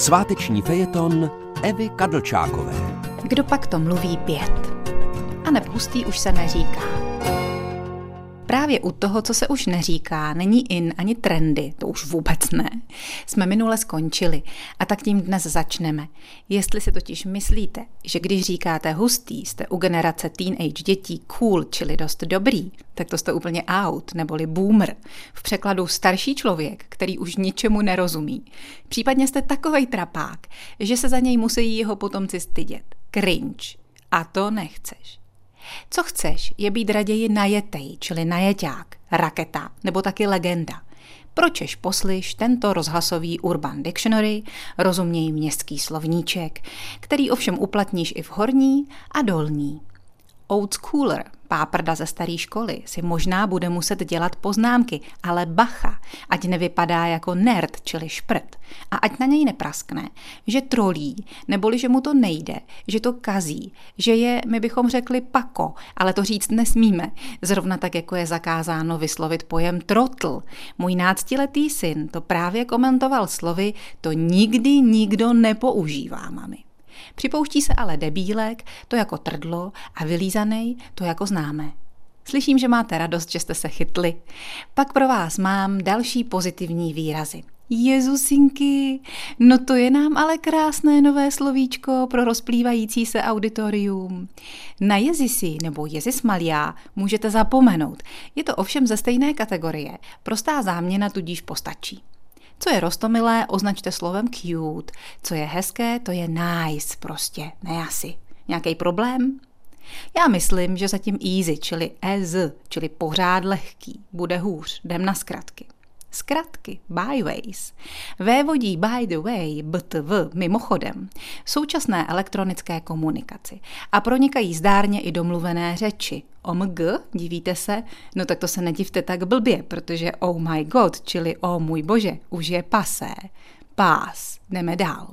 Sváteční fejeton Evy Kadlčákové. Kdo pak to mluví 5? A neb hustý už se neříká. Právě u toho, co se už neříká, není in ani trendy, to už vůbec ne, jsme minule skončili a tak tím dnes začneme. Jestli si totiž myslíte, že když říkáte hustý, jste u generace teenage dětí cool, čili dost dobrý, tak to jste úplně out, neboli boomer. V překladu starší člověk, který už ničemu nerozumí. Případně jste takovej trapák, že se za něj musí jeho potomci stydět. Cringe. A to nechceš. Co chceš, je být raději najetej, čili najeťák, raketa nebo taky legenda. Pročeš poslyš tento rozhlasový Urban Dictionary, rozuměj městský slovníček, který ovšem uplatníš i v horní a dolní. Old schooler, páprda ze staré školy, si možná bude muset dělat poznámky, ale bacha, ať nevypadá jako nerd, čili šprt, a ať na něj nepraskne, že trolí, neboli že mu to nejde, že to kazí, že je, my bychom řekli pako, ale to říct nesmíme, zrovna tak, jako je zakázáno vyslovit pojem trotl. Můj náctiletý syn to právě komentoval slovy, to nikdy nikdo nepoužívá, mami. Připouští se ale debílek, to jako trdlo, a vylízanej, to jako známé. Slyším, že máte radost, že jste se chytli. Pak pro vás mám další pozitivní výrazy. Jezusinky, no to je nám ale krásné nové slovíčko pro rozplývající se auditorium. Na Jezisi nebo Jezismalia můžete zapomenout. Je to ovšem ze stejné kategorie. Prostá záměna tudíž postačí. Co je roztomilé, označte slovem cute. Co je hezké, to je nice prostě, ne asi. Nějaký problém? Já myslím, že zatím easy, čili čili pořád lehký, bude hůř, jdem na zkratky. Zkratky, byways, vévodí by the way, btv, mimochodem, současné elektronické komunikaci a pronikají zdárně i domluvené řeči. OMG, divíte se? No tak to se nedivte tak blbě, protože oh my god, čili oh můj bože, už je pasé. Pás, jdeme dál.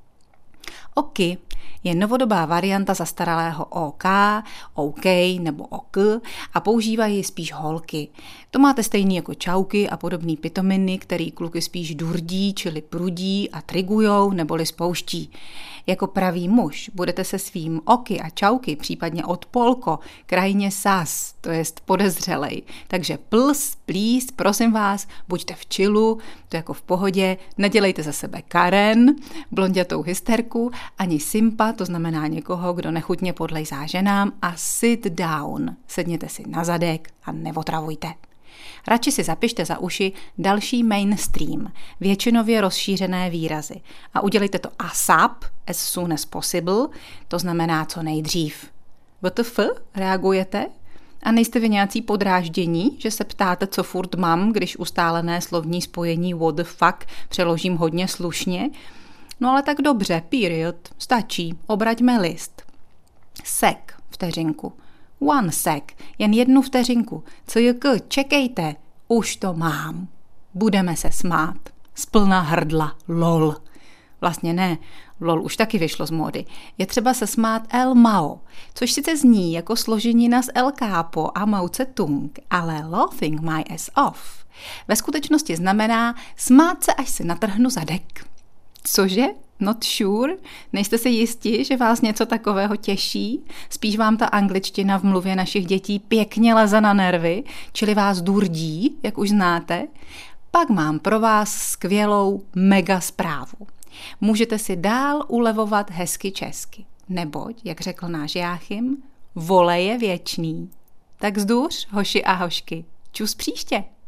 Oky je novodobá varianta zastaralého OK, OK nebo OK a používají spíš holky. To máte stejný jako čauky a podobný pitominy, který kluky spíš durdí, čili prudí a trigujou neboli spouští. Jako pravý muž budete se svým oky a čauky, případně odpolko, krajně sas, to jest podezřelej. Takže please, prosím vás, buďte v chillu, to jako v pohodě, nedělejte ze sebe Karen, blondětou hysterku, ani simpa, to znamená někoho, kdo nechutně podlejzá ženám, a sit down, sedněte si na zadek a neotravujte. Radši si zapište za uši další mainstream, většinově rozšířené výrazy a udělejte to ASAP, as soon as possible, to znamená co nejdřív. WTF? Reagujete? A nejste vy nějací podráždění, že se ptáte, co furt mám, když ustálené slovní spojení what the fuck přeložím hodně slušně? No ale tak dobře, period, stačí, obraťme list. Sek, vteřinku. One sec, jen jednu vteřinku. Co je čekejte, už to mám. Budeme se smát. Splna hrdla, lol. Vlastně ne, lol už taky vyšlo z módy. Je třeba se smát El Mao, což sice zní jako složenina z El Capo a Mao Tse-tung, ale laughing my ass off ve skutečnosti znamená smát se, až se natrhnu zadek. Cože? Not sure? Nejste si jistí, že vás něco takového těší? Spíš vám ta angličtina v mluvě našich dětí pěkně leze na nervy, čili vás durdí, jak už znáte? Pak mám pro vás skvělou mega zprávu. Můžete si dál ulevovat hezky česky, neboť, jak řekl náš Jáchym, vole je věčný. Tak vzduř, hoši a hošky. Čus příště.